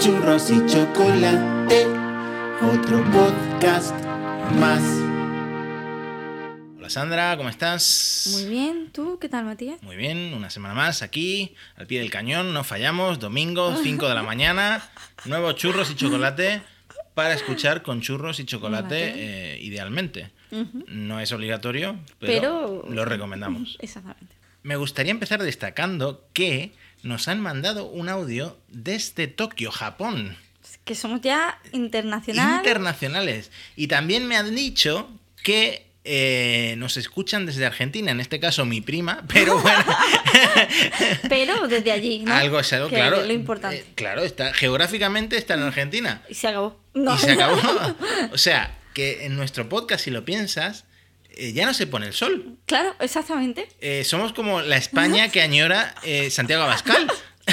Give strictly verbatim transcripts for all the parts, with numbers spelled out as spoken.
Churros y chocolate, otro podcast más. Hola Sandra, ¿cómo estás? Muy bien, ¿tú qué tal, Matías? Muy bien, una semana más aquí, al pie del cañón, no fallamos, domingo, cinco de la mañana, nuevo Churros y chocolate para escuchar con churros y chocolate, eh, idealmente. Uh-huh. No es obligatorio, pero, pero lo recomendamos. Exactamente. Me gustaría empezar destacando que nos han mandado un audio desde Tokio, Japón. Que somos ya internacionales. Internacionales. Y también me han dicho que eh, nos escuchan desde Argentina, en este caso mi prima, pero bueno. Pero desde allí, ¿no? Algo es algo, que claro. Es lo importante. Eh, claro, está, geográficamente está en Argentina. Y se acabó. No. Y se acabó. O sea, que en nuestro podcast, si lo piensas, eh, ya no se pone el sol. Claro, exactamente. Eh, somos como la España que añora eh, Santiago Abascal.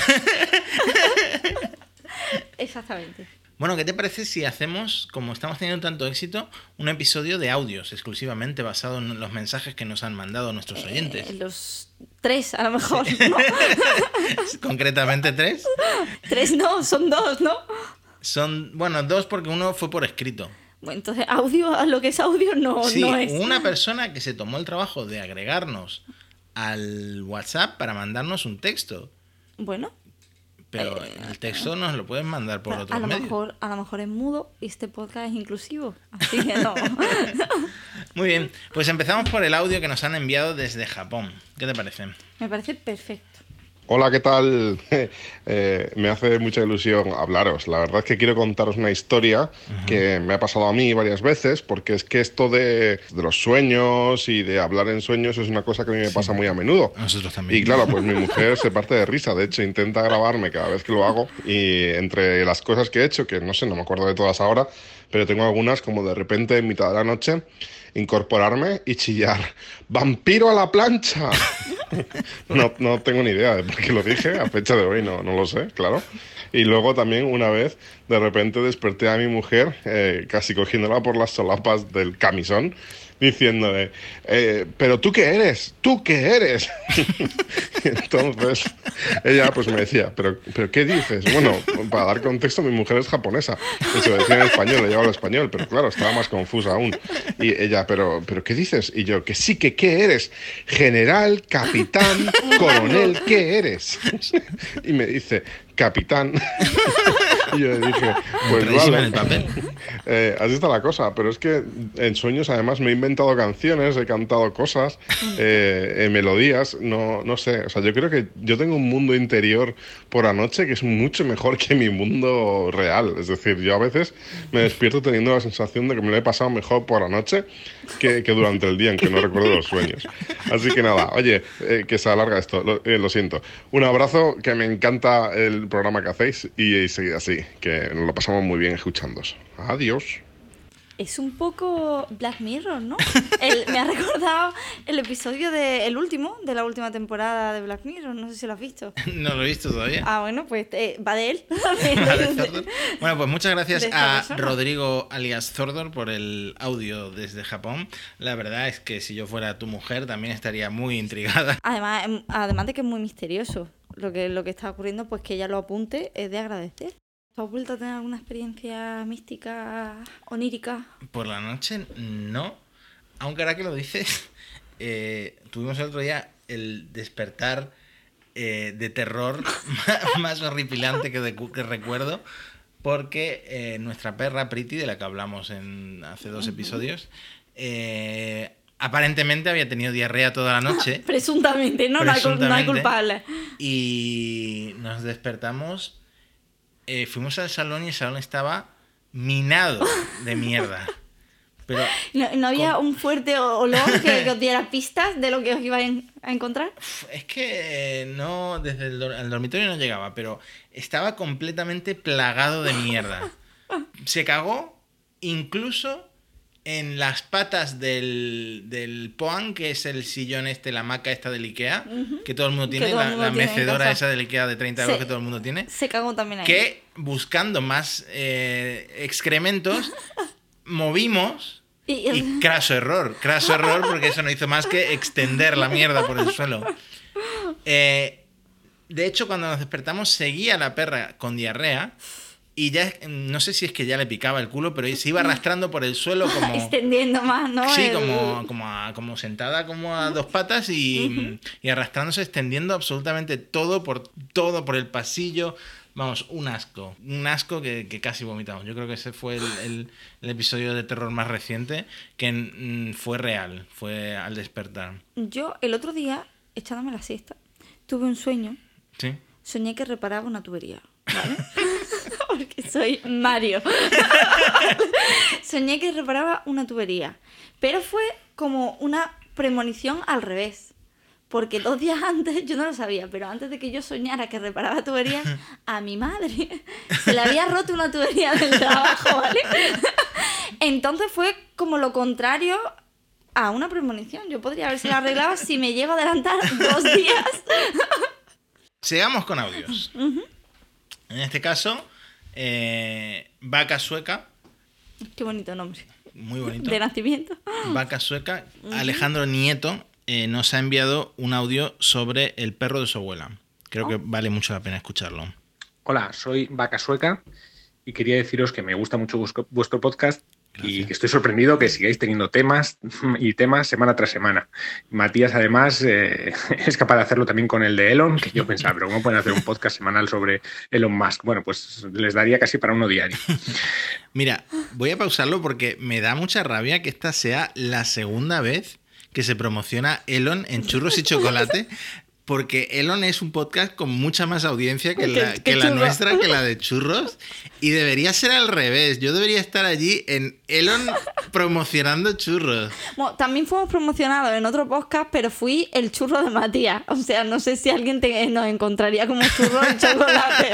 Exactamente. Bueno, ¿qué te parece si hacemos, como estamos teniendo tanto éxito, un episodio de audios exclusivamente basado en los mensajes que nos han mandado nuestros oyentes? Eh, los tres, a lo mejor, ¿no? ¿Concretamente tres? Tres no, son dos, ¿no? Son, bueno, dos porque uno fue por escrito. Bueno, entonces audio, lo que es audio no, sí, no es. Una persona que se tomó el trabajo de agregarnos al WhatsApp para mandarnos un texto. Bueno. Pero eh, el texto nos lo pueden mandar por otros a lo medios. Mejor, a lo mejor es mudo y este podcast es inclusivo. Así que no. Muy bien, pues empezamos por el audio que nos han enviado desde Japón. ¿Qué te parece? Me parece perfecto. Hola, ¿qué tal? eh, me hace mucha ilusión hablaros. La verdad es que quiero contaros una historia uh-huh. que me ha pasado a mí varias veces, porque es que esto de, de los sueños y de hablar en sueños es una cosa que a mí me sí. pasa muy a menudo. A nosotros también. Y claro, pues mi mujer se parte de risa. De hecho, intenta grabarme cada vez que lo hago. Y entre las cosas que he hecho, que no sé, no me acuerdo de todas ahora, pero tengo algunas como de repente en mitad de la noche incorporarme y chillar ¡vampiro a la plancha! No, no tengo ni idea de por qué lo dije, a fecha de hoy no, no lo sé, claro. Y luego también una vez, de repente desperté a mi mujer, eh, casi cogiéndola por las solapas del camisón, diciéndole, eh, ¿pero tú qué eres? ¿Tú qué eres? Y entonces ella pues me decía, ¿pero, ¿pero qué dices? Bueno, para dar contexto, mi mujer es japonesa, y se lo decía en español, le llevaba al español, pero claro, estaba más confusa aún. Y ella, ¿pero, ¿pero qué dices? Y yo, que sí, que ¿qué eres? General, capitán, coronel, ¿qué eres? Y me dice, capitán. Y yo le dije, pues vale, en el papel. Eh, así está la cosa, pero es que en sueños además me he inventado canciones, he cantado cosas, eh, eh, melodías, no, no sé, o sea, yo creo que yo tengo un mundo interior por la noche que es mucho mejor que mi mundo real, es decir, yo a veces me despierto teniendo la sensación de que me lo he pasado mejor por la noche que, que durante el día, aunque no recuerdo los sueños. Así que nada, oye, eh, que se alarga esto, lo, eh, lo siento. Un abrazo, que me encanta el programa que hacéis y, y seguid así, que nos lo pasamos muy bien escuchándoos. Adiós. Es un poco Black Mirror, ¿no? El, me ha recordado el episodio de el último, de la última temporada de Black Mirror, no sé si lo has visto. No lo he visto todavía. Ah, bueno, pues eh, va de él. Bueno, pues muchas gracias a persona. Rodrigo alias Zordor por el audio desde Japón. La verdad es que si yo fuera tu mujer también estaría muy intrigada. Además, además de que es muy misterioso lo que, lo que está ocurriendo, pues que ella lo apunte es de agradecer. ¿Has vuelto a tener alguna experiencia mística, onírica? Por la noche, no. Aunque ahora que lo dices, eh, tuvimos el otro día el despertar eh, de terror más horripilante que, de, que recuerdo, porque eh, nuestra perra Pretty, de la que hablamos en hace dos episodios, eh, aparentemente había tenido diarrea toda la noche. Presuntamente, ¿no? Presuntamente, no hay culpable. Y nos despertamos... Eh, fuimos al salón y el salón estaba minado de mierda. Pero ¿No, no había con... un fuerte olor que, que os diera pistas de lo que os ibais a encontrar? Es que eh, no, desde el, do- el dormitorio no llegaba, pero estaba completamente plagado de mierda. Se cagó incluso en las patas del, del Poan, que es el sillón este, la hamaca esta del Ikea, uh-huh. que todo el mundo tiene, todo la, el mundo la tiene mecedora esa del Ikea de treinta euros se, que todo el mundo tiene. Se cagó también ahí. Que buscando más eh, excrementos, movimos y, y craso error, craso error porque eso no hizo más que extender la mierda por el suelo. Eh, de hecho, cuando nos despertamos seguía la perra con diarrea y ya no sé si es que ya le picaba el culo, pero se iba arrastrando por el suelo como... Extendiendo más, ¿no? Sí, El- como, como, a- como sentada como a dos patas y, y arrastrándose, extendiendo absolutamente todo por todo por el pasillo. Vamos, un asco. Un asco que, que casi vomitamos. Yo creo que ese fue el, el- el episodio de terror más reciente que mm, fue real, fue al despertar. Yo el otro día, echándome la siesta, tuve un sueño. ¿Sí? Soñé que reparaba una tubería, ¿vale? Porque soy Mario. Soñé que reparaba una tubería. Pero fue como una premonición al revés. Porque dos días antes, yo no lo sabía, pero antes de que yo soñara que reparaba tuberías, a mi madre se le había roto una tubería del trabajo, ¿vale? Entonces fue como lo contrario a una premonición. Yo podría haberse la arreglado si me llego a adelantar dos días. Sigamos con audios. En este caso, eh, Vaca Sueca, Qué bonito nombre. muy bonito. De nacimiento. Vaca Sueca, Alejandro Nieto eh, nos ha enviado un audio sobre el perro de su abuela. Creo Oh. que vale mucho la pena escucharlo. Hola, soy Vaca Sueca y quería deciros que me gusta mucho vuestro- vuestro podcast y Gracias. que estoy sorprendido que sigáis teniendo temas y temas semana tras semana. Matías, además, eh, es capaz de hacerlo también con el de Elon, que yo pensaba, pero ¿cómo pueden hacer un podcast semanal sobre Elon Musk? Bueno, pues les daría casi para uno diario. Mira, voy a pausarlo porque me da mucha rabia que esta sea la segunda vez que se promociona Elon en Churros y Chocolate. Porque Elon es un podcast con mucha más audiencia que la, Que- que que la Churro. nuestra, que la de Churros. Y debería ser al revés. Yo debería estar allí en Elon promocionando Churros. Bueno, también fuimos promocionados en otro podcast, pero fui el churro de Matías. O sea, no sé si alguien te- nos encontraría como churro de chocolate.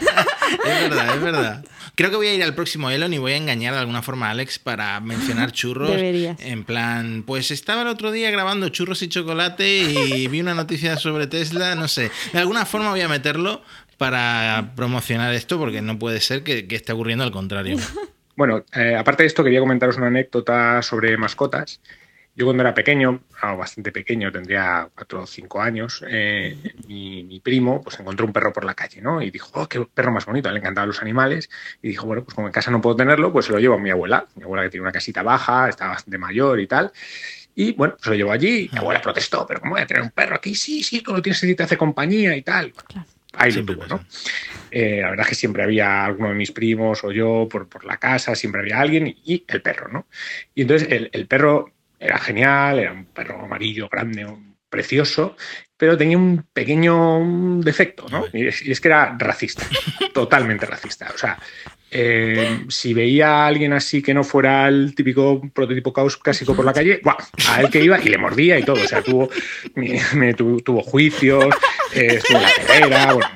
Es verdad, es verdad. Creo que voy a ir al próximo Elon y voy a engañar de alguna forma a Alex para mencionar churros. Deberías. En plan, pues estaba el otro día grabando Churros y Chocolate y vi una noticia sobre Tesla, no sé. De alguna forma voy a meterlo para promocionar esto porque no puede ser que, que esté ocurriendo al contrario. Bueno, eh, aparte de esto, quería comentaros una anécdota sobre mascotas. Yo cuando era pequeño, ah, bastante pequeño, tendría cuatro o cinco años, eh, mi, mi primo pues encontró un perro por la calle, ¿no? Y dijo, oh, qué perro más bonito, a él le encantaban los animales. Y dijo, bueno, pues como en casa no puedo tenerlo, pues se lo llevo a mi abuela. Mi abuela que tiene una casita baja, está bastante mayor y tal. Y bueno, se lo llevó allí. Mi abuela protestó, pero ¿cómo voy a tener un perro aquí? Sí, sí, tú lo tienes y te hace compañía y tal. Claro. Ahí lo Siempre tuvo, pasa. ¿no? Eh, la verdad es que siempre había alguno de mis primos o yo por, por la casa, siempre había alguien y, y el perro, ¿no? Y entonces el, el perro era genial, era un perro amarillo, grande, un- precioso, pero tenía un pequeño un defecto, ¿no? Y es, y es que era racista, totalmente racista. O sea, eh, si veía a alguien así que no fuera el típico prototipo caucásico por la calle, ¡buah! A él que iba y le mordía y todo. O sea, tuvo, me, me tuvo, tuvo juicios, eh, estuvo en la telera, bueno,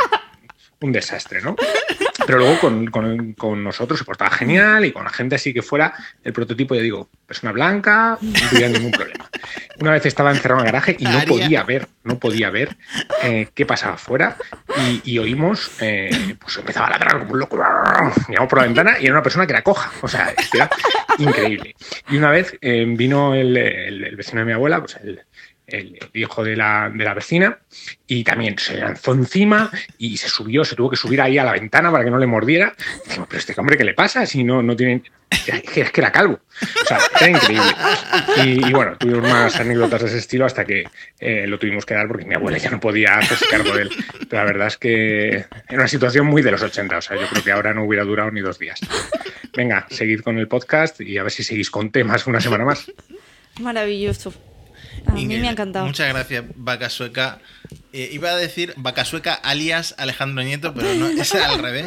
un desastre, ¿no? Pero luego con, con- con nosotros se portaba genial y con la gente así que fuera el prototipo, ya digo, persona blanca, no tuviera ningún problema. Una vez estaba encerrado en el garaje y no Aria. podía ver, no podía ver eh, qué pasaba afuera y, y oímos, eh, pues empezaba a ladrar como un loco, miramos por la ventana y era una persona que era coja, o sea, es que era increíble. Y una vez eh, vino el, el- el vecino de mi abuela, pues el, el hijo de la, de la vecina, y también se lanzó encima y se subió, se tuvo que subir ahí a la ventana para que no le mordiera. Y dijimos, pero este hombre, ¿qué le pasa? Si no, no tiene... Es que, es que era calvo. O sea, era increíble. Y, y bueno, tuvimos más anécdotas de ese estilo hasta que eh, lo tuvimos que dar porque mi abuela ya no podía hacerse cargo de él. Pero la verdad es que era una situación muy de los ochenta. O sea, yo creo que ahora no hubiera durado ni dos días. Venga, seguid con el podcast y a ver si seguís con temas una semana más. Maravilloso. A mí Increíble. me ha encantado. Muchas gracias, Vaca Sueca. Eh, iba a decir Vaca Sueca alias Alejandro Nieto, pero no, es al revés.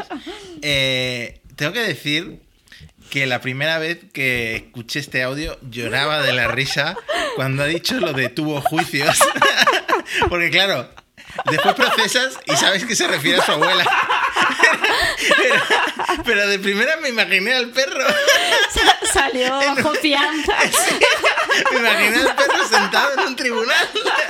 Eh, tengo que decir que la primera vez que escuché este audio lloraba de la risa cuando ha dicho lo de tuvo juicios. Porque claro, después procesas y sabes que se refiere a su abuela. Pero, pero de primera me imaginé al perro. Salió bajo fianza. Me imaginé al perro sentado en un tribunal.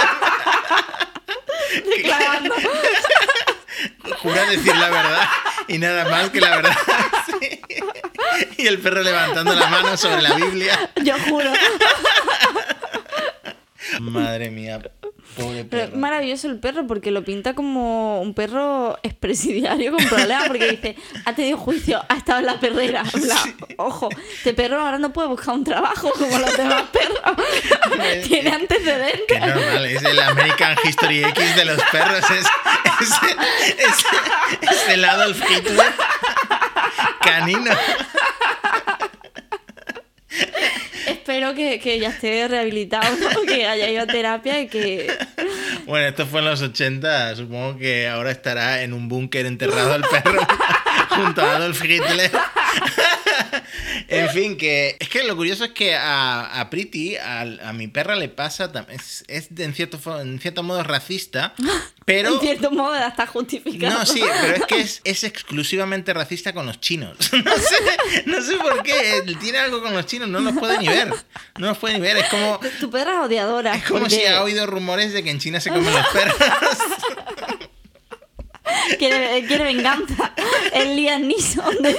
Declarando. Jura decir la verdad y nada más que la verdad. Sí. Y el perro levantando la mano sobre la Biblia. Yo juro. Madre mía. Pobre Pero perro. es maravilloso el perro porque lo pinta como un perro expresidiario con problemas porque dice, ha tenido juicio, ha estado en la perrera. En plan, ojo, este perro ahora no puede buscar un trabajo como los demás perros. Tiene Qué antecedentes. normal, es el American History X de los perros. Es, es, es, es el Adolf Hitler canino. Espero que, que ya esté rehabilitado, ¿no? Que haya ido a terapia y que... Bueno, esto fue en los ochenta. Supongo que ahora estará en un búnker enterrado el perro junto a Adolf Hitler. En fin, que es que lo curioso es que a, a Pretty, a, a mi perra le pasa, tam- es, es de, en, cierto, fo- en cierto modo racista, pero... En cierto modo la está justificando. No, sí, pero es que es, es exclusivamente racista con los chinos. No sé, no sé por qué. Él tiene algo con los chinos, no los puede ni ver. No los puede ni ver. Es como, Tu perra es odiadora. es como porque si ha oído rumores de que en China se comen los perros. quiere, quiere venganza. Es Liam Neeson. de-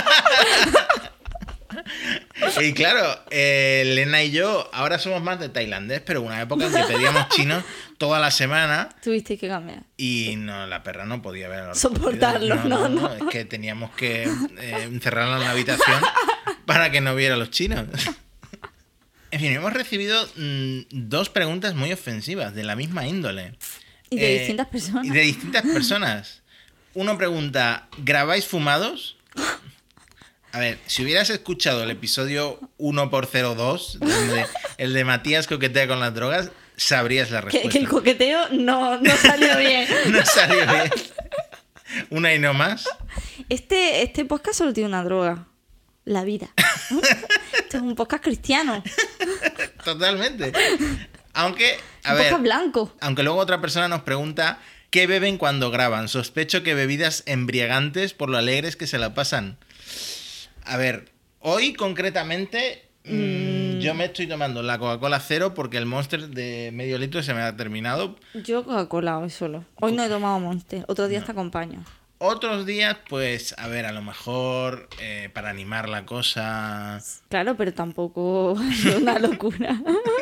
Y claro, eh, Elena y yo ahora somos más de tailandés, pero una época en que pedíamos chinos toda la semana Tuviste que cambiar. y no, la perra no podía ver a los Soportarlo, no, no. Es que teníamos que eh, encerrarla en la habitación para que no viera a los chinos. En fin, hemos recibido mm, dos preguntas muy ofensivas de la misma índole. Y de Eh, distintas personas. Y de distintas personas. Uno pregunta, ¿grabáis fumados? A ver, si hubieras escuchado el episodio uno por cero dos, donde el de Matías coquetea con las drogas, sabrías la Que, respuesta. que el coqueteo no, no salió bien. No salió bien. Una y no más. Este, este podcast solo tiene una droga. La vida. Este es un podcast cristiano. Totalmente. Aunque, a Un ver, podcast blanco. aunque luego otra persona nos pregunta ¿qué beben cuando graban? Sospecho que bebidas embriagantes por lo alegres que se la pasan. A ver, hoy concretamente mm, yo me estoy tomando la Coca-Cola cero porque el Monster de medio litro se me ha terminado. Yo Coca-Cola hoy solo. Hoy no he tomado Monster. Otro día te acompaño. Otros días, pues, a ver, a lo mejor eh, para animar la cosa. Claro, pero tampoco es una locura.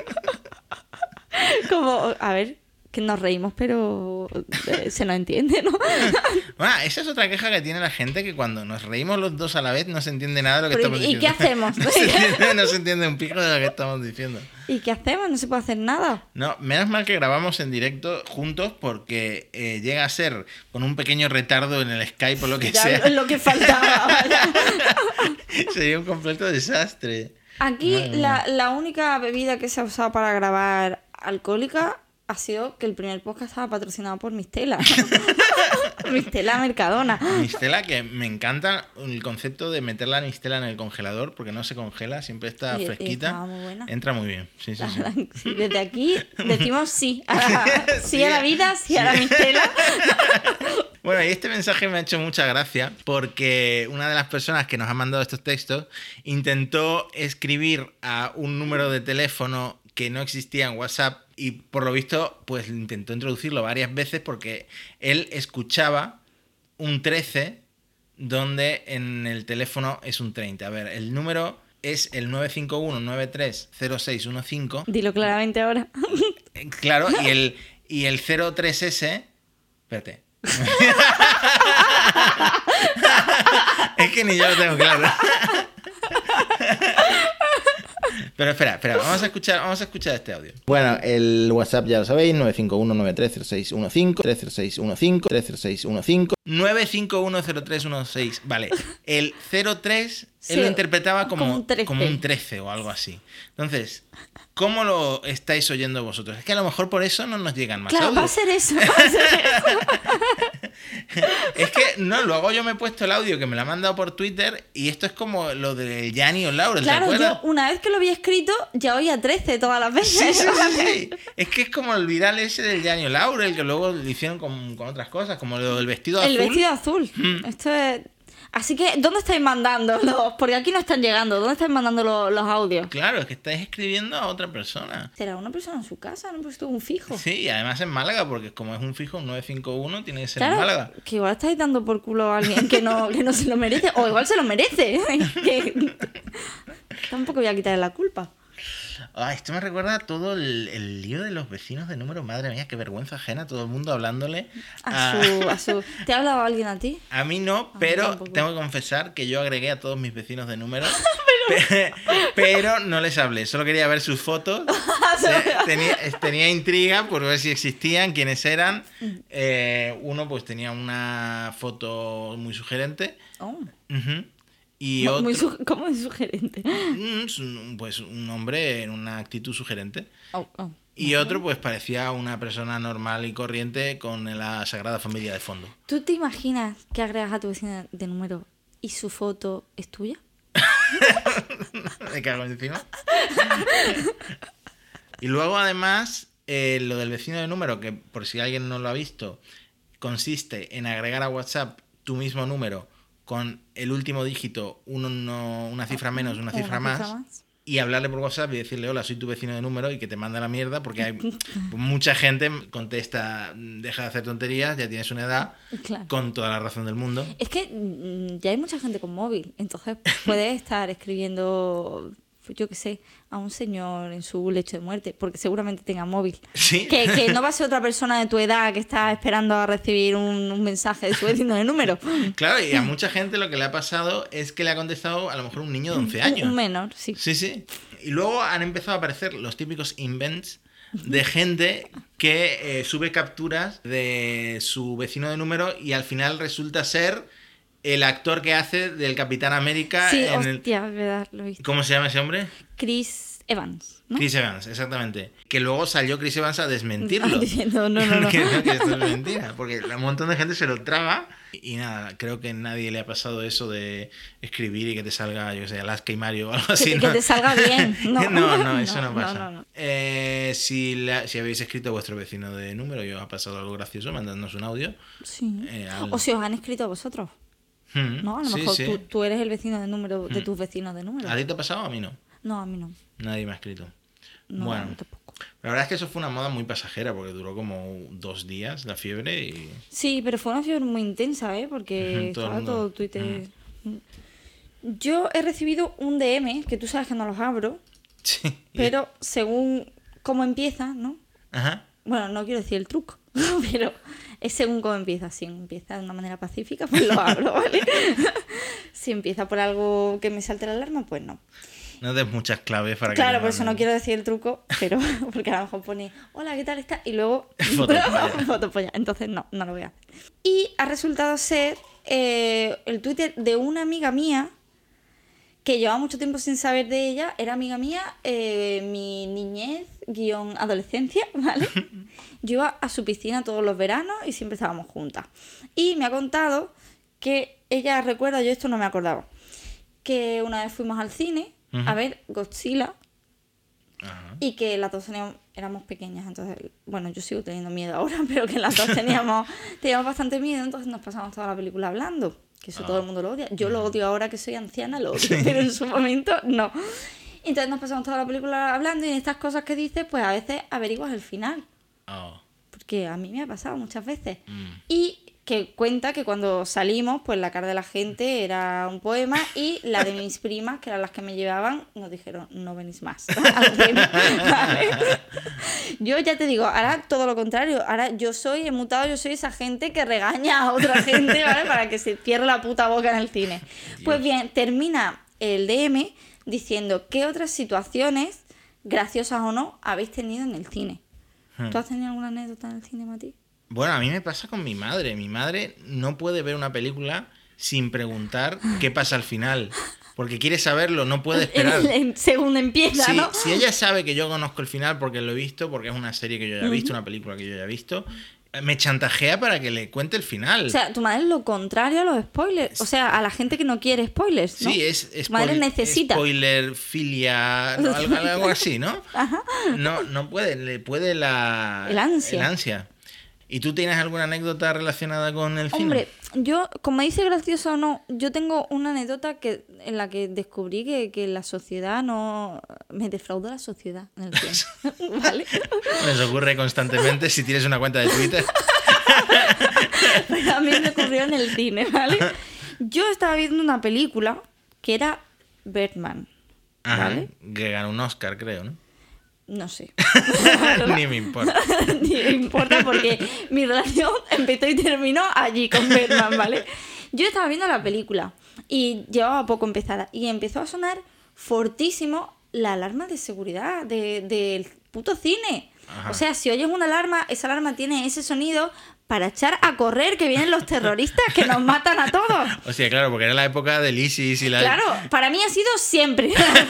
Como, a ver, que nos reímos, pero eh, se nos entiende, ¿no? Bueno, esa es otra queja que tiene la gente, que cuando nos reímos los dos a la vez no se entiende nada de lo que Pero, estamos ¿y diciendo. qué hacemos? No se entiende, no se entiende un pico de lo que estamos diciendo. ¿Y qué hacemos? No se puede hacer nada. No, menos mal que grabamos en directo juntos porque eh, llega a ser con un pequeño retardo en el Skype o lo que Ya sea. es lo que faltaba. vaya. Sería un completo desastre. Aquí Madre la, la única bebida que se ha usado para grabar alcohólica ha sido que el primer podcast estaba patrocinado por Mistela. Mistela Mercadona. Mistela, que me encanta el concepto de meter la Mistela en el congelador porque no se congela, siempre está Y- y fresquita. estaba muy buena. Entra muy bien. Sí, sí, sí. Sí, desde aquí decimos sí. A la, sí a la vida, sí a la Mistela. Bueno, y este mensaje me ha hecho mucha gracia porque una de las personas que nos ha mandado estos textos intentó escribir a un número de teléfono que no existía en WhatsApp y por lo visto pues intentó introducirlo varias veces porque él escuchaba un trece donde en el teléfono es un treinta. A ver, el número es el nueve cinco uno nueve tres cero seis uno cinco. Dilo claramente ahora. Eh, Claro, y el, y el cero tres ese... Espérate. Es que ni yo lo tengo claro. Pero espera, espera, vamos a escuchar, vamos a escuchar este audio. Bueno, el WhatsApp ya lo sabéis, nueve cinco uno nueve tres cero seis uno cinco, tres cero seis uno cinco, tres cero seis uno cinco, nueve cinco uno cero tres uno seis. Vale, el cero tres él Sí, lo interpretaba como, como un trece. como un trece o algo así. Entonces, ¿cómo lo estáis oyendo vosotros? Es que a lo mejor por eso no nos llegan más Claro, va a audios. ser eso. Va a ser eso. Es que, no, luego yo me he puesto el audio que me lo ha mandado por Twitter y esto es como lo del Yanni o Laurel, ¿te Claro, acuerdas? yo una vez que lo había escrito ya oía trece todas las veces. Sí, sí, sí, sí. Es que es como el viral ese del Yanni o Laurel, que luego lo hicieron con, con otras cosas, como lo del vestido El azul. vestido azul. Mm. Esto es... Así que, ¿dónde estáis mandando los? Porque aquí no están llegando. ¿Dónde estáis mandando los, los audios? Claro, es que estáis escribiendo a otra persona. ¿Será una persona en su casa? ¿No? Pues tú un fijo. Sí, y además en Málaga, porque como es un fijo, un nueve cinco uno, tiene que ser en Claro, Málaga. que igual estáis dando por culo a alguien que no, que no se lo merece. O igual se lo merece. Que... Tampoco voy a quitarle la culpa. Ah, esto me recuerda a todo el, el lío de los vecinos de número. Madre mía, qué vergüenza ajena. Todo el mundo hablándole. A su, a su... ¿Te ha hablado alguien a ti? A mí no, A mí pero tampoco. tengo que confesar que yo agregué a todos mis vecinos de número, pero... pero no les hablé. Solo quería ver sus fotos. tenía, tenía intriga por ver si existían, quiénes eran. Eh, uno pues tenía una foto muy sugerente. Oh. Uh-huh. Y Muy- otro... muy su- ¿Cómo es sugerente? Mm, es un- pues un hombre en una actitud sugerente. Oh, oh. Y otro pues parecía una persona normal y corriente con la Sagrada Familia de fondo. ¿Tú te imaginas que agregas a tu vecina de número y su foto es tuya? Me cago encima. Y luego además, eh, lo del vecino de número, que por si alguien no lo ha visto, consiste en agregar a WhatsApp tu mismo número con el último dígito, uno, no- una cifra menos, una cifra, Una más, cifra más. y hablarle por WhatsApp y decirle, hola, soy tu vecino de número, y que te manda la mierda, porque hay mucha gente contesta, deja de hacer tonterías, ya tienes una edad, Claro. con toda la razón del mundo. Es que mm, ya hay mucha gente con móvil, entonces puedes estar escribiendo, pues, yo qué sé, a un señor en su lecho de muerte, porque seguramente tenga móvil. Sí. Que, que no va a ser otra persona de tu edad que está esperando a recibir un, un mensaje de su vecino de número. Claro, y a mucha gente lo que le ha pasado es que le ha contestado a lo mejor un niño de once años. Un menor, sí. Sí, sí. Y luego han empezado a aparecer los típicos invents de gente que eh, sube capturas de su vecino de número y al final resulta ser el actor que hace del Capitán América Sí, en el... hostia, es verdad, lo he visto. ¿Cómo se llama ese hombre? Chris Evans, ¿no? Chris Evans, exactamente. Que luego salió Chris Evans a desmentirlo. Diciendo, no, no, no. que, no, que esto es mentira. Porque un montón de gente se lo traga. Y nada, creo que a nadie le ha pasado eso de escribir y que te salga, yo qué sé, Alaska y Mario o algo así. Que, ¿no? que te salga bien. No, no, no, eso no, no, pasa. no, no. Eh, si, la- si habéis escrito a vuestro vecino de número y os ha pasado algo gracioso, mandadnos un audio. Sí. Eh, al- O si os han escrito a vosotros, Hmm, ¿no? A lo sí, mejor sí. Tú, tú eres el vecino de número de Mm. tus vecinos de número. ¿A ti te ha pasado o a mí no? No, a mí no. Nadie me ha escrito. No, bueno, tampoco. la verdad es que eso fue una moda muy pasajera porque duró como dos días la fiebre y... Sí, pero fue una fiebre muy intensa, ¿eh? Porque Ujú, todo el estaba mundo. todo Twitter. Yo he recibido un D M, que tú sabes que no los abro, Sí. pero según cómo empieza, ¿no? Ajá. Bueno, no quiero decir el truco, pero es según cómo empieza. Si empieza de una manera pacífica, pues lo abro, ¿vale? Si empieza por algo que me salte la alarma, pues no. No des muchas claves para que... Claro, te por eso no manden. quiero decir el truco, pero porque a lo mejor pone, hola, ¿qué tal está? Y luego, Fotopolla. fotopolla. Entonces no, no lo voy a hacer. Y ha resultado ser eh, el Twitter de una amiga mía que llevaba mucho tiempo sin saber de ella. Era amiga mía, eh, mi niñez, guión adolescencia, ¿vale? Yo iba a su piscina todos los veranos y siempre estábamos juntas. Y me ha contado que ella recuerda, yo esto no me acordaba, que una vez fuimos al cine a Ujú. ver Godzilla Ajá. y que las dos teníamos, éramos pequeñas, entonces, bueno, yo sigo teniendo miedo ahora, pero que las dos teníamos, teníamos bastante miedo, entonces nos pasamos toda la película hablando, que eso Ah. todo el mundo lo odia. Yo lo odio ahora que soy anciana, lo odio, pero en su momento no. Entonces nos pasamos toda la película hablando y en estas cosas que dices, pues a veces averiguas el final, Oh. porque a mí me ha pasado muchas veces. Mm. Y que cuenta que cuando salimos, pues la cara de la gente era un poema y la de mis primas, que eran las que me llevaban, nos dijeron, no venís más. al cine, ¿vale? Yo ya te digo, ahora todo lo contrario, ahora yo soy, he mutado, yo soy esa gente que regaña a otra gente, ¿vale? Para que se cierre la puta boca en el cine. Pues bien, termina el D M diciendo qué otras situaciones, graciosas o no, habéis tenido en el cine. Hmm. ¿Tú has tenido alguna anécdota en el cine, Mati? Bueno, a mí me pasa con mi madre. Mi madre no puede ver una película sin preguntar qué pasa al final. Porque quiere saberlo, no puede esperar. En- en- según empieza, Si, ¿no? si ella sabe que yo conozco el final porque lo he visto, porque es una serie que yo ya he visto, una película que yo ya he visto, me chantajea para que le cuente el final. O sea, tu madre es lo contrario a los spoilers. O sea, a la gente que no quiere spoilers, ¿no? Sí, es, Tu madre spoil- necesita. spoiler, filia, ¿no? algo, algo así, ¿no? No, no puede, le puede la... El ansia. el ansia. ¿Y tú tienes alguna anécdota relacionada con el cine? Hombre, yo, como me dice gracioso o no, yo tengo una anécdota que en la que descubrí que, que la sociedad no... Me defraudó la sociedad en el cine. ¿Vale? Nos ocurre constantemente si tienes una cuenta de Twitter. Pero a mí me ocurrió en el cine, ¿vale? Yo estaba viendo una película que era Birdman, Ajá, ¿vale? que ganó un Oscar, creo, ¿no? No sé. Ni me importa. Ni me importa porque mi relación empezó y terminó allí con Bergman, ¿vale? Yo estaba viendo la película y llevaba poco empezada y empezó a sonar fortísimo la alarma de seguridad de, del puto cine. Ajá. O sea, si oyes una alarma, esa alarma tiene ese sonido para echar a correr que vienen los terroristas que nos matan a todos. O sea, claro, porque era la época del ISIS y la... Claro, para mí ha sido siempre.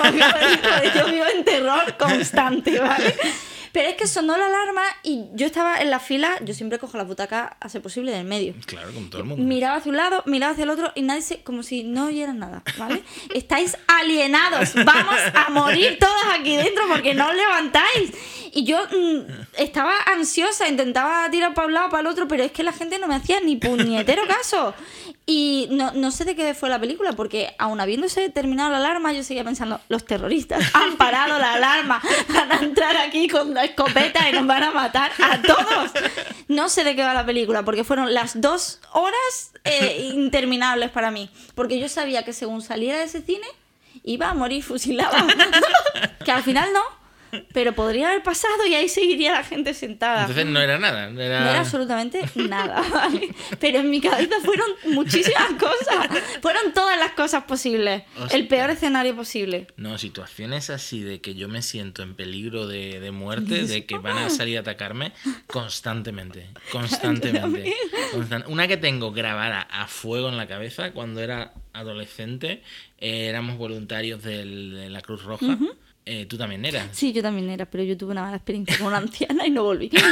Yo vivo en terror constante, ¿vale? Pero es que sonó la alarma y yo estaba en la fila, yo siempre cojo la butaca a ser posible del medio. Claro, como todo el mundo. Miraba hacia un lado, miraba hacia el otro y nadie se... como si no oyeran nada, ¿vale? Estáis alienados, vamos a morir todos aquí dentro porque no os levantáis. Y yo mmm, estaba ansiosa, intentaba tirar para un lado, para el otro, pero es que la gente no me hacía ni puñetero caso. Y no, no sé de qué fue la película, porque aun habiéndose terminado la alarma, yo seguía pensando, los terroristas han parado la alarma, van a entrar aquí con la escopeta y nos van a matar a todos. No sé de qué va la película, porque fueron las dos horas eh, interminables para mí. Porque yo sabía que según saliera de ese cine, iba a morir fusilado. Que al final no. Pero podría haber pasado y ahí seguiría la gente sentada. Entonces no era nada. No era, no era absolutamente nada, ¿vale? Pero en mi cabeza fueron muchísimas cosas. Fueron todas las cosas posibles. Hostia. El peor escenario posible. No, situaciones así de que yo me siento en peligro de, de muerte, de que van a salir a atacarme constantemente. Constantemente. Constant... Una que tengo grabada a fuego en la cabeza cuando era adolescente, eh, éramos voluntarios del, de la Cruz Roja. Uh-huh. Eh, ¿Tú también eras? Sí, yo también era, pero yo tuve una mala experiencia con una anciana y no volví. por,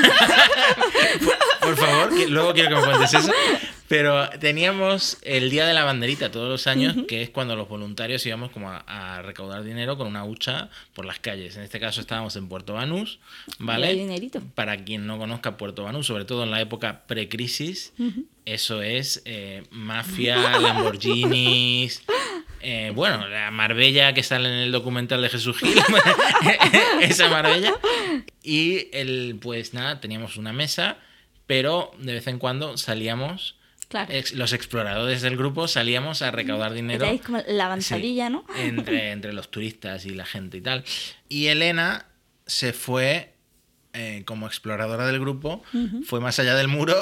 por favor, que luego quiero que me cuentes eso. Pero teníamos el Día de la Banderita todos los años, uh-huh. que es cuando los voluntarios íbamos como a, a recaudar dinero con una hucha por las calles. En este caso estábamos en Puerto Banús, ¿vale? Y hay dinerito. Para quien no conozca Puerto Banús, sobre todo en la época pre-crisis, uh-huh. eso es eh, mafia, Lamborghinis... Eh, bueno, la Marbella que sale en el documental de Jesús Gil, esa Marbella. Y el, pues nada, teníamos una mesa, pero de vez en cuando salíamos, claro. ex, los exploradores del grupo salíamos a recaudar dinero. Erais como la avanzadilla, sí, ¿no? entre, entre los turistas y la gente y tal. Y Elena se fue, eh, como exploradora del grupo, uh-huh. fue más allá del muro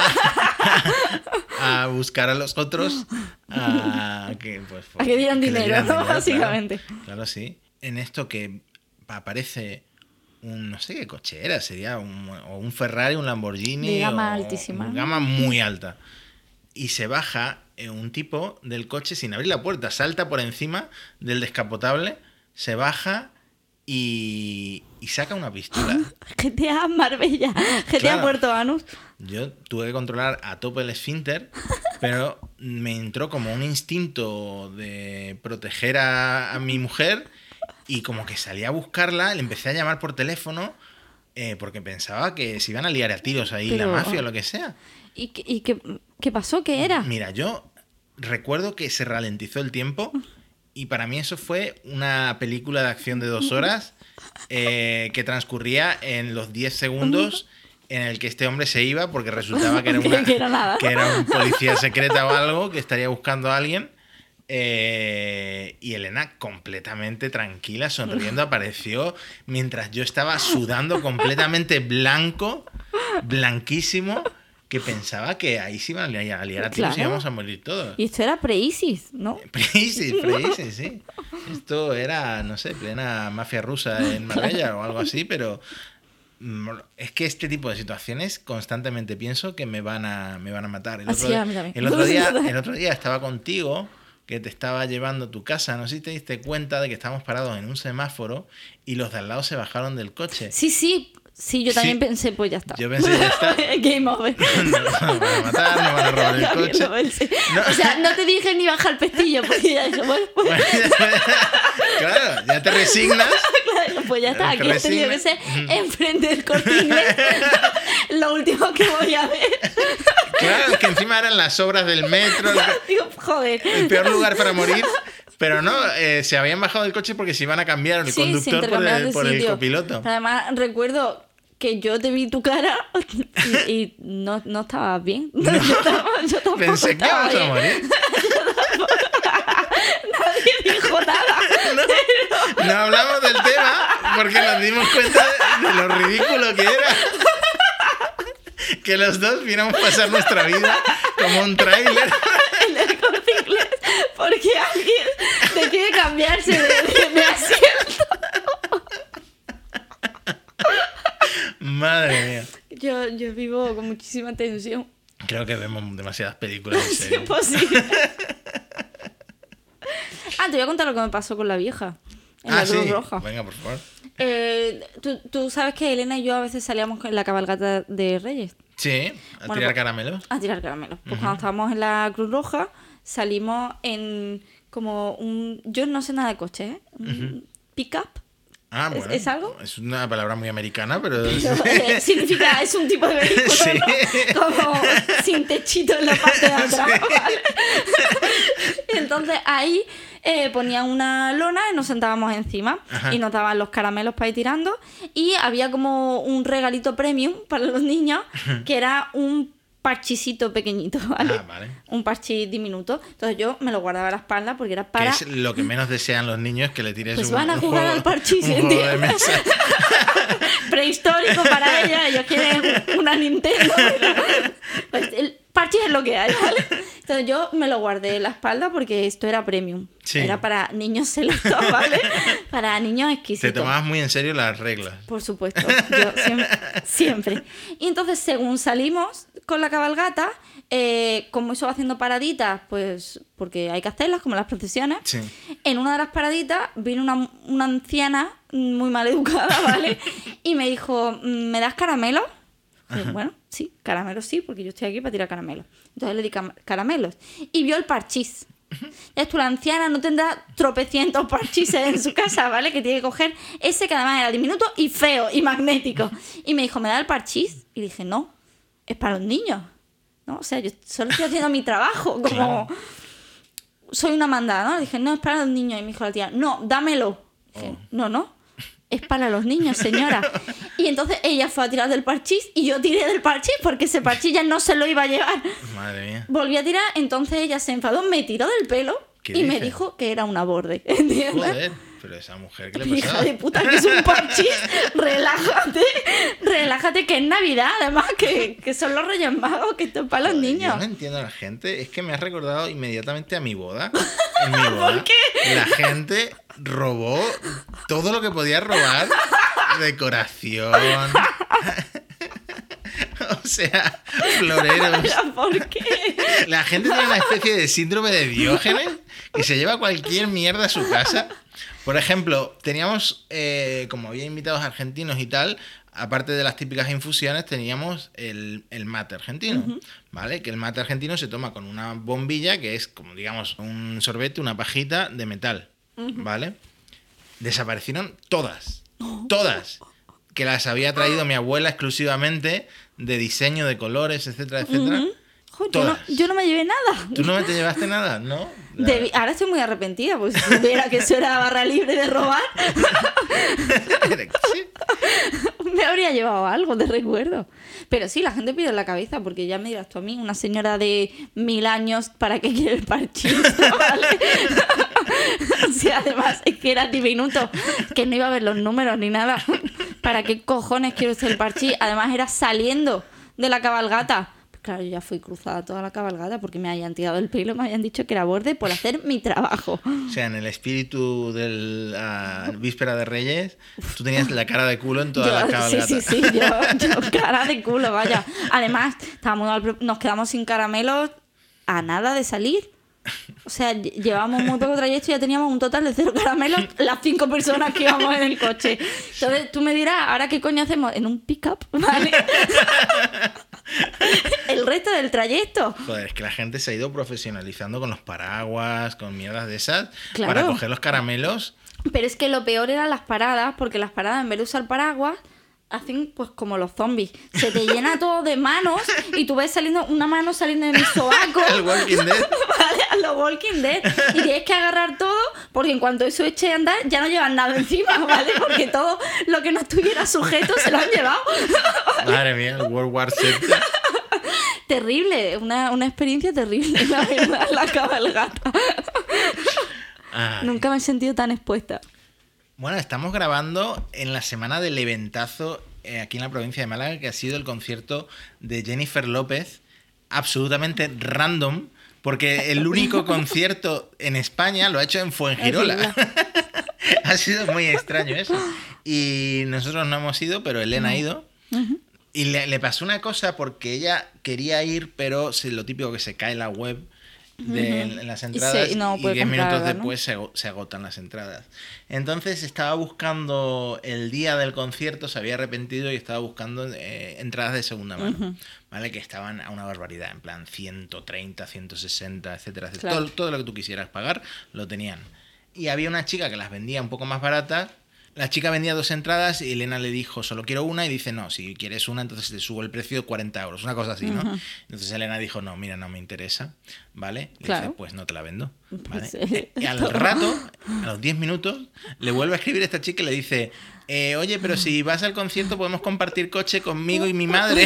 a, a buscar a los otros a que, pues, a que dieran dinero, dieran ¿no? dinero, básicamente. Claro, claro, sí. En esto que aparece un, no sé qué coche era, sería un, o un Ferrari, un Lamborghini. De gama o, altísima. De gama muy alta. Y se baja un tipo del coche sin abrir la puerta, salta por encima del descapotable, se baja y, y saca una pistola. G T A Marbella, G T A claro. Puerto Banús. Yo tuve que controlar a tope el esfínter, pero me entró como un instinto de proteger a, a mi mujer y como que salí a buscarla, le empecé a llamar por teléfono eh, porque pensaba que se iban a liar a tiros ahí pero, la mafia o lo que sea. ¿Y, y qué, qué pasó? ¿Qué era? Mira, yo recuerdo que se ralentizó el tiempo y para mí eso fue una película de acción de dos horas eh, que transcurría en los diez segundos en el que este hombre se iba porque resultaba que era, una, que, era nada. que era un policía secreta o algo que estaría buscando a alguien. Eh, y Elena completamente tranquila, sonriendo, apareció mientras yo estaba sudando completamente blanco, blanquísimo, que pensaba que ahí se iban a liar a tiros claro. y íbamos a morir todos. Y esto era pre-ISIS, ¿no? Pre-ISIS, pre-ISIS, sí. Esto era, no sé, plena mafia rusa en Marbella o algo así, pero es que este tipo de situaciones constantemente pienso que me van a, me van a matar. El otro, así, a mí también. el otro día, el otro día estaba contigo, que te estaba llevando a tu casa, no sé si te diste cuenta de que estábamos parados en un semáforo y los de al lado se bajaron del coche. Sí, sí. Sí, yo también sí. pensé, pues ya está. Yo pensé, ya está. Game over. No, no, me van a matar, me van a robar el coche. Over, sí. no. O sea, no te dije ni bajar el pestillo, porque ya eso, bueno, pues... bueno, claro, ya te resignas. Claro, pues ya está, aquí he tenido que ser enfrente del Corte Inglés. Lo último que voy a ver. Claro, es que encima eran las obras del metro. El, Digo, joder. El peor lugar para morir. Pero no, eh, se habían bajado del coche porque se iban a cambiar el sí, conductor por el, por el copiloto. Además, recuerdo que yo te vi tu cara y, y no, no estabas bien. No, yo, estaba, yo tampoco pensé que íbamos a morir. Nadie dijo nada. No, pero... no hablamos del tema porque nos dimos cuenta de, de lo ridículo que era. Que los dos viéramos pasar nuestra vida como un tráiler. En el Corte Inglés, porque alguien decide cambiarse de, de, de asiento. Madre mía. Yo, yo vivo con muchísima tensión. Creo que vemos demasiadas películas en Es serio. imposible. Ah, te voy a contar lo que me pasó con la vieja. En Ah, la sí. Cruz Roja. Venga, por favor. Eh, ¿tú, tú sabes que Elena y yo a veces salíamos en la cabalgata de Reyes Sí, a Bueno, tirar pues- caramelos. a tirar caramelos. Pues cuando estábamos en la Cruz Roja, salimos en como un... Yo no sé nada de coche, ¿eh? Un pick-up. Ah, ¿Es- bueno. es algo? Es una palabra muy americana, pero... Pero, eh, significa, es un tipo de vehículo, Sí. ¿no? Como sin techito en la parte de atrás, ¿vale? Entonces ahí eh, ponían una lona y nos sentábamos encima. Ajá. Y nos daban los caramelos para ir tirando. Y había como un regalito premium para los niños, que era un parchicito pequeñito, ¿vale? Ah, vale. Un parchís diminuto. Entonces yo me lo guardaba a la espalda porque era para... Que es lo que menos desean los niños, que le tires Pues un, van a un jugar juego, al parchís, un juego de ¿entiendes? mesa. Prehistórico para ella, ellos quieren una Nintendo. Pues el parchís es lo que hay, ¿vale? Entonces yo me lo guardé en la espalda porque esto era premium. Sí. Era para niños selectos, ¿vale? Para niños Te exquisitos. tomabas muy en serio las reglas. Por supuesto, yo siempre, siempre. Y entonces, según salimos con la cabalgata, eh, como eso va haciendo paraditas, pues porque hay que hacerlas, como las procesiones, Sí. en una de las paraditas vino una, una anciana muy mal educada, ¿vale? Y me dijo, ¿me das caramelos? Y yo, bueno, sí, caramelos sí, porque yo estoy aquí para tirar caramelos. Entonces le di cam- caramelos. Y vio el parchís. Ya tú, la anciana no tendrá tropecientos parchises en su casa, ¿vale? Que tiene que coger ese que además era diminuto y feo y magnético. Y me dijo, ¿me da el parchís? Y dije, no, es para los niños. ¿No? O sea, yo solo estoy haciendo mi trabajo, como... Claro. Soy una mandada, ¿no? Le dije, no, es para los niños. Y me dijo la tía, no, dámelo. Dije, Oh. no, no, es para los niños, señora. Y entonces ella fue a tirar del parchís y yo tiré del parchís porque ese parchís ya no se lo iba a llevar. Madre mía. Volví a tirar, entonces ella se enfadó, me tiró del pelo ¿Qué y me dices? dijo que era una borde, ¿entiendes? Joder, pero esa mujer, ¿qué le Hija pasaba? de puta, que es un parchís, relájate, relájate, que es Navidad, además, que, que son los Reyes Magos, que esto es para los Joder, niños. Yo no entiendo a la gente. Es que me has recordado inmediatamente a mi boda. En mi boda, ¿Por qué? la gente robó todo lo que podía robar. Decoración. O sea, floreros. Ahora, ¿por qué? La gente tiene una especie de síndrome de Diógenes que se lleva cualquier mierda a su casa. Por ejemplo, teníamos, eh, como había invitados argentinos y tal, aparte de las típicas infusiones, teníamos el, el mate argentino, ¿vale? Que el mate argentino se toma con una bombilla que es como, digamos, un sorbete, una pajita de metal, ¿vale? Desaparecieron todas, todas, que las había traído mi abuela exclusivamente, de diseño, de colores, etcétera, etcétera. Ujú. Jo, yo, no, Todas. yo no me llevé nada. ¿Tú no te llevaste nada? ¿No? La- Debí- ahora estoy muy arrepentida, porque si supiera que eso era barra libre de robar, Sí. me habría llevado algo de recuerdo. Pero sí, la gente pide en la cabeza, porque ya me dirás tú a mí, una señora de mil años, ¿para qué quiere el parchís? ¿Vale? O sea, además es que era diminuto, que no iba a ver los números ni nada. ¿Para qué cojones quiero ser el parchís? Además era saliendo de la cabalgata. Claro, yo ya fui cruzada toda la cabalgata porque me habían tirado el pelo, me habían dicho que era borde por hacer mi trabajo. O sea, en el espíritu de la víspera de Reyes, tú tenías la cara de culo en toda Yo- la sí, cabalgata. sí, sí, yo, yo cara de culo, vaya. Además, estábamos al- nos quedamos sin caramelos a nada de salir. O sea, lle- llevábamos muy poco trayecto y ya teníamos un total de cero caramelos las cinco personas que íbamos en el coche. Entonces tú me dirás, ¿ahora qué coño hacemos? En un pick-up, ¿vale? El resto del trayecto. Joder, es que la gente se ha ido profesionalizando con los paraguas, con mierdas de esas, Claro. para coger los caramelos. Pero es que lo peor eran las paradas, porque las paradas, en vez de usar paraguas, hacen pues como los zombies. Se te llena todo de manos y tú ves saliendo una mano saliendo de mi sobaco. El Walking Dead. ¿Vale? A los Walking Dead. Y tienes que agarrar todo, porque en cuanto eso eche a andar, ya no llevan nada encima, ¿vale? Porque todo lo que no estuviera sujeto se lo han llevado. Madre mía, el World War Z. Terrible, una, una experiencia terrible, la verdad, la cabalgata. Ay. Nunca me he sentido tan expuesta. Bueno, estamos grabando en la semana del eventazo eh, aquí en la provincia de Málaga, que ha sido el concierto de Jennifer López, absolutamente random, porque el único concierto en España lo ha hecho en Fuengirola. Ha sido muy extraño eso. Y nosotros no hemos ido, pero Elena ha ido. Uh-huh. Y le, le pasó una cosa porque ella quería ir, pero se, lo típico que se cae la web de uh-huh. en las entradas y, no y diez comprarla, minutos ¿no? después se, se agotan las entradas. Entonces estaba buscando el día del concierto, se había arrepentido y estaba buscando eh, entradas de segunda mano, uh-huh. ¿vale? Que estaban a una barbaridad, en plan ciento treinta, ciento sesenta, etcétera, etcétera. Claro. Todo, todo lo que tú quisieras pagar lo tenían. Y había una chica que las vendía un poco más baratas. La chica vendía dos entradas y Elena le dijo, solo quiero una, y dice, no, si quieres una, entonces te subo el precio de cuarenta euros, una cosa así, ¿no? Uh-huh. Entonces Elena dijo, no, mira, no me interesa, ¿vale? Le claro. dice, pues no te la vendo, ¿vale? Sí. Y al rato, a los diez minutos, le vuelve a escribir a esta chica y le dice, eh, oye, pero si vas al concierto podemos compartir coche conmigo y mi madre.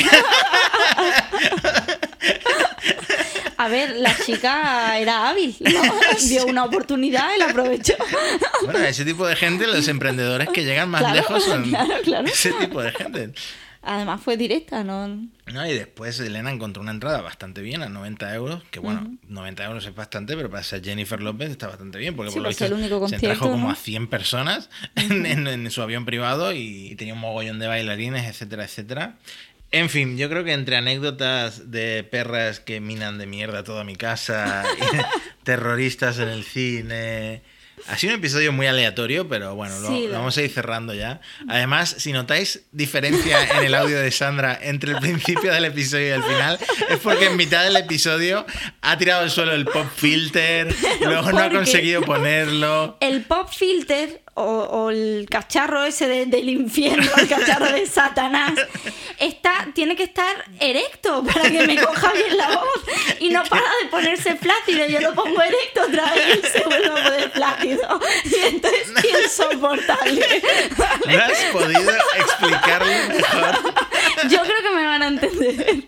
A ver, la chica era hábil, ¿no? Dio una oportunidad y la aprovechó. Bueno, ese tipo de gente, los emprendedores que llegan más claro, lejos son claro, claro. ese tipo de gente. Además fue directa, ¿no? No, y después Elena encontró una entrada bastante bien a noventa euros, que bueno, uh-huh. noventa euros es bastante, pero para ser Jennifer López está bastante bien, porque sí, por lo visto el único se concierto, trajo como ¿no? a cien personas en, en, en su avión privado y, y tenía un mogollón de bailarines, etcétera, etcétera. En fin, yo creo que entre anécdotas de perras que minan de mierda toda mi casa, y terroristas en el cine... Ha sido un episodio muy aleatorio, pero bueno, lo, sí, lo vamos a ir cerrando ya. Además, si notáis diferencia en el audio de Sandra entre el principio del episodio y el final, es porque en mitad del episodio ha tirado al suelo el pop filter, luego no ha conseguido ponerlo. El pop filter o, o el cacharro ese de, del infierno, el cacharro de Satanás, está, tiene que estar erecto para que me coja bien la voz y no para de ponerse flácido. Yo lo pongo erecto otra vez y se vuelve a poner flácido. Y entonces insoportable. ¿Vale? ¿No has podido explicarlo mejor? Yo creo que me van a entender.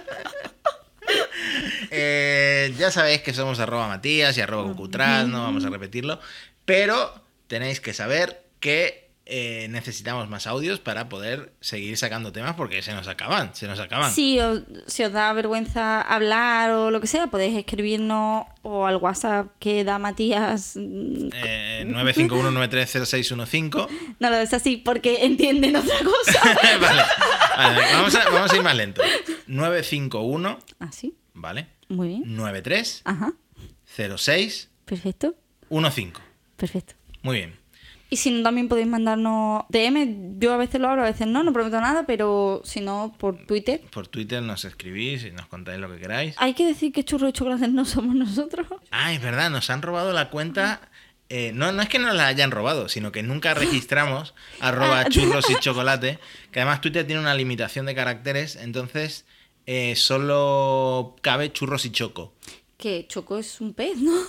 Eh, ya sabéis que somos arroba Matías y arroba Cucutras, no vamos a repetirlo, pero tenéis que saber que eh, necesitamos más audios para poder seguir sacando temas porque se nos acaban, se nos acaban. Sí, o, si os da vergüenza hablar o lo que sea, podéis escribirnos o al WhatsApp que da Matías. Eh, nueve cinco uno nueve tres cero seis uno cinco. No lo es así porque entienden otra cosa. Vale, vale vamos, a, vamos a ir más lento. nueve cinco uno. ¿Ah, sí? Vale. Muy bien. nueve tres Ajá. cero seis Perfecto. uno cinco. Perfecto. Muy bien. Y si no, también podéis mandarnos D M. Yo a veces lo abro, a veces no, no prometo nada, pero si no, por Twitter. Por Twitter nos escribís y nos contáis lo que queráis. Hay que decir que Churros y Chocolates no somos nosotros. Ah, es verdad, nos han robado la cuenta. Eh, no, no es que nos la hayan robado, sino que nunca registramos arroba churros y chocolate. Que además Twitter tiene una limitación de caracteres, entonces eh, solo cabe churros y choco. Que Choco es un pez, ¿no?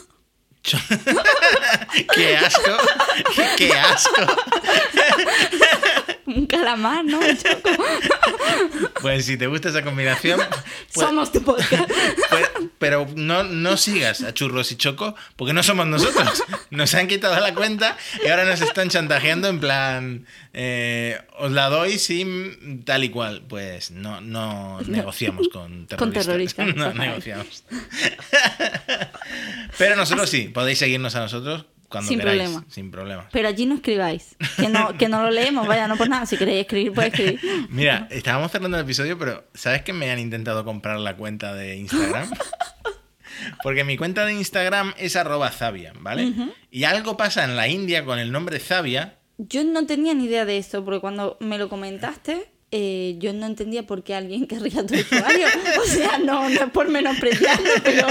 ¡Qué asco! ¡Qué asco! Un calamar, ¿no? Un Choco. Pues si te gusta esa combinación... Pues, somos tu podcast. Pues, pero no, no sigas a Churros y Choco, porque no somos nosotros. Nos han quitado la cuenta y ahora nos están chantajeando en plan... Eh, os la doy sin tal y cual. Pues no, no negociamos con terroristas. Con terroristas. No negociamos. Pero nosotros sí, podéis seguirnos a nosotros cuando sin queráis. Problema. Sin problema. Pero allí no escribáis. Que no, que no lo leemos, vaya, no por nada. Si queréis escribir, podéis escribir. Mira, estábamos cerrando el episodio, pero ¿sabes que me han intentado comprar la cuenta de Instagram? Porque mi cuenta de Instagram es arroba Zavia, ¿vale? Uh-huh. Y algo pasa en la India con el nombre Zavia. Yo no tenía ni idea de esto, porque cuando me lo comentaste, eh, yo no entendía por qué alguien querría tu usuario. O sea, no, no es por menospreciarlo, pero...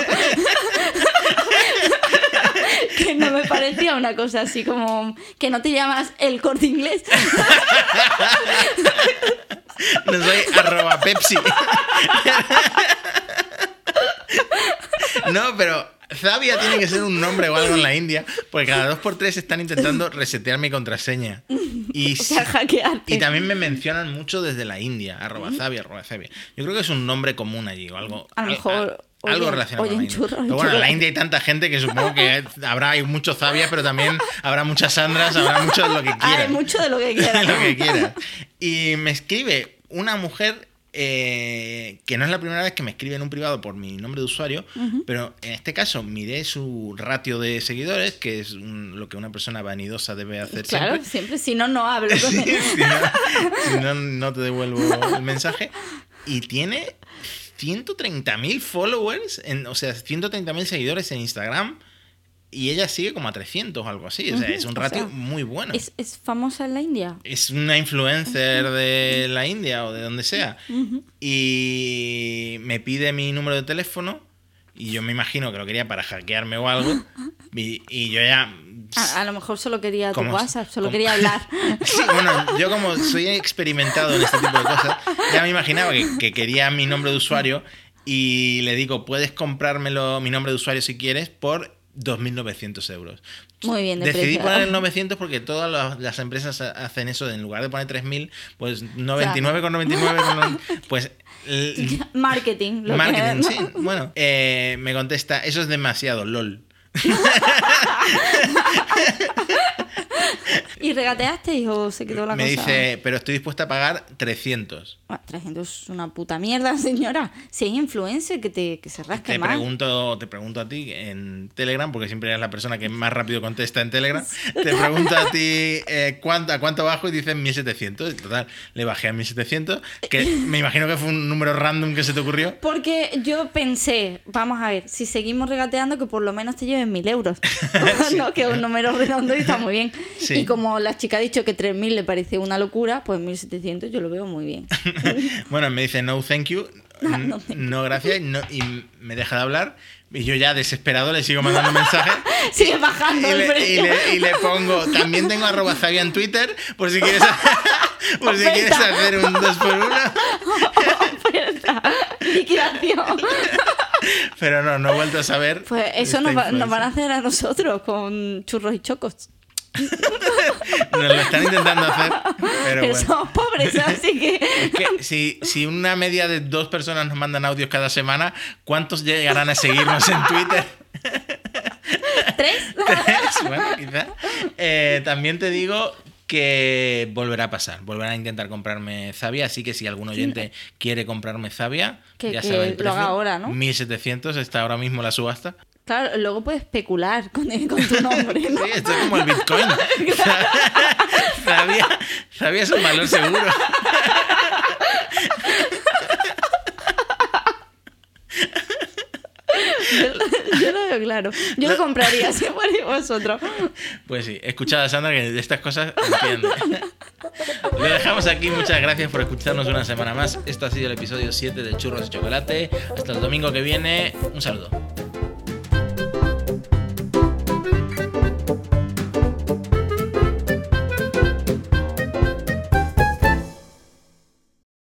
que no me parecía una cosa así como... Que no te llamas El Corte Inglés. No soy arroba Pepsi. No, pero... Zavia tiene que ser un nombre o algo en la India, porque cada dos por tres están intentando resetear mi contraseña. Y, o sea, hackearte. Y también me mencionan mucho desde la India, arroba Zavia, arroba Zavia. Yo creo que es un nombre común allí o algo. A lo mejor Algo Oye, relacionado oye, con la un India. churro, un Pero bueno, en churro. la India hay tanta gente que supongo que habrá hay muchos Zavias, pero también habrá muchas Sandras, habrá mucho de lo que Hay quieran. mucho de lo que quieras. lo que quieras. Y me escribe una mujer eh, que no es la primera vez que me escribe en un privado por mi nombre de usuario, uh-huh. pero en este caso miré su ratio de seguidores, que es un, lo que una persona vanidosa debe hacer claro, siempre. siempre. Si no, no hablo. Sí, si no, si no, no te devuelvo el mensaje. Y tiene ciento treinta mil followers, en, o sea, ciento treinta mil seguidores en Instagram. Y ella sigue como a trescientos o algo así. O sea, uh-huh, es un ratio o sea, muy bueno. ¿es, ¿Es famosa en la India? Es una influencer uh-huh. de la India o de donde sea. Uh-huh. Y me pide mi número de teléfono. Y yo me imagino que lo quería para hackearme o algo. Y, y yo ya... A, a lo mejor solo quería tu como, WhatsApp, solo como, quería hablar. Sí, bueno, yo como soy experimentado en este tipo de cosas, ya me imaginaba que, que quería mi nombre de usuario. Y le digo, puedes comprármelo, mi nombre de usuario si quieres, por dos mil novecientos euros. Muy bien, de Decidí precio. poner el novecientos porque todas las, las empresas hacen eso, de en lugar de poner tres mil, pues noventa y nueve con noventa y nueve con pues el, marketing. Lo marketing, que... sí. Bueno, eh, me contesta, eso es demasiado, lol. ¿Y regateaste o se quedó la me cosa? Me dice, pero estoy dispuesta a pagar trescientos. Ah, trescientos es una puta mierda, señora. Si hay influencer que, te, que se rasque te más. Pregunto, te pregunto a ti en Telegram, porque siempre eres la persona que más rápido contesta en Telegram. Te pregunto a ti eh, ¿cuánto, a cuánto bajo y dicen mil setecientos. Total, le bajé a mil setecientos, que me imagino que fue un número random que se te ocurrió. Porque yo pensé, vamos a ver, si seguimos regateando, que por lo menos te lleven mil euros. Sí. No, que es un número redondo y está muy bien. Sí. Y como la chica ha dicho que tres mil le parece una locura, pues mil setecientos yo lo veo muy bien. Bueno, me dice no thank you, no, no, thank no gracias, no, y me deja de hablar. Y yo ya desesperado le sigo mandando mensajes. Sigue bajando y el le, precio. Y le, y le pongo, también tengo arroba Zavia en Twitter, por si quieres, por si quieres hacer un dos por uno. Oferta, liquidación. Pero no, no he vuelto a saber. Pues eso nos, va, nos van a hacer a nosotros con churros y chocos. Nos lo están intentando hacer, pero bueno. Somos pobres, así que... Es que si, si una media de dos personas nos mandan audios cada semana, ¿cuántos llegarán a seguirnos en Twitter? ¿Tres? ¿Tres? Bueno, quizá. Eh, también te digo que volverá a pasar. Volverá a intentar comprarme Zavia, así que si algún oyente sí. quiere comprarme Zavia, que, ya que sabe el precio. Lo haga ahora, ¿no? mil setecientos está ahora mismo la subasta. Claro, luego puedes especular con, con tu nombre, ¿no? Sí, esto es como el Bitcoin. Zavia, Zavia es un valor seguro. Yo, yo lo veo claro. Yo lo compraría si fuera vosotros. Pues sí, escuchad a Sandra que de estas cosas entiende. Lo dejamos aquí. Muchas gracias por escucharnos una semana más. Esto ha sido el episodio siete de Churros y Chocolate. Hasta el domingo que viene. Un saludo.